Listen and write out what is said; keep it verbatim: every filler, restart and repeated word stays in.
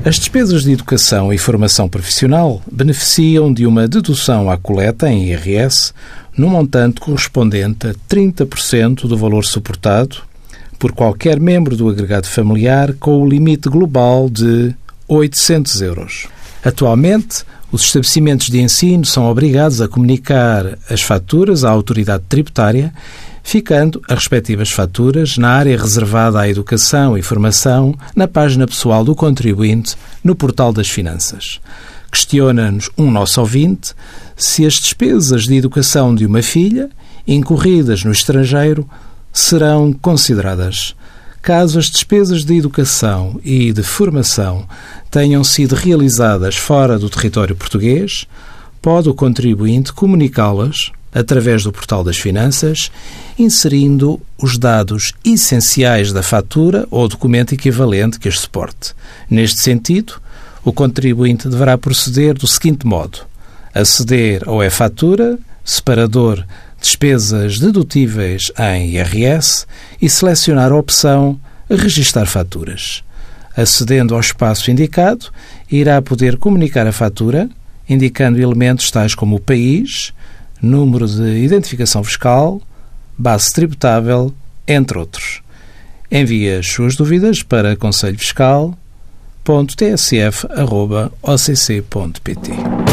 As despesas de educação e formação profissional beneficiam de uma dedução à coleta em I R S num montante correspondente a trinta por cento do valor suportado por qualquer membro do agregado familiar, com o limite global de oitocentos euros. Atualmente, os estabelecimentos de ensino são obrigados a comunicar as faturas à autoridade tributária, ficando as respectivas faturas na área reservada à educação e formação, na página pessoal do contribuinte, no portal das finanças. Questiona-nos um nosso ouvinte se as despesas de educação de uma filha, incorridas no estrangeiro, serão consideradas. Caso as despesas de educação e de formação tenham sido realizadas fora do território português, pode o contribuinte comunicá-las através do portal das finanças, inserindo os dados essenciais da fatura ou documento equivalente que as suporte. Neste sentido, o contribuinte deverá proceder do seguinte modo: aceder ao e-fatura, separador despesas dedutíveis em I R S e selecionar a opção Registar faturas. Acedendo ao espaço indicado, irá poder comunicar a fatura, indicando elementos tais como o país, número de identificação fiscal, base tributável, entre outros. Envie as suas dúvidas para conselho fiscal ponto t s f arroba o c c ponto p t.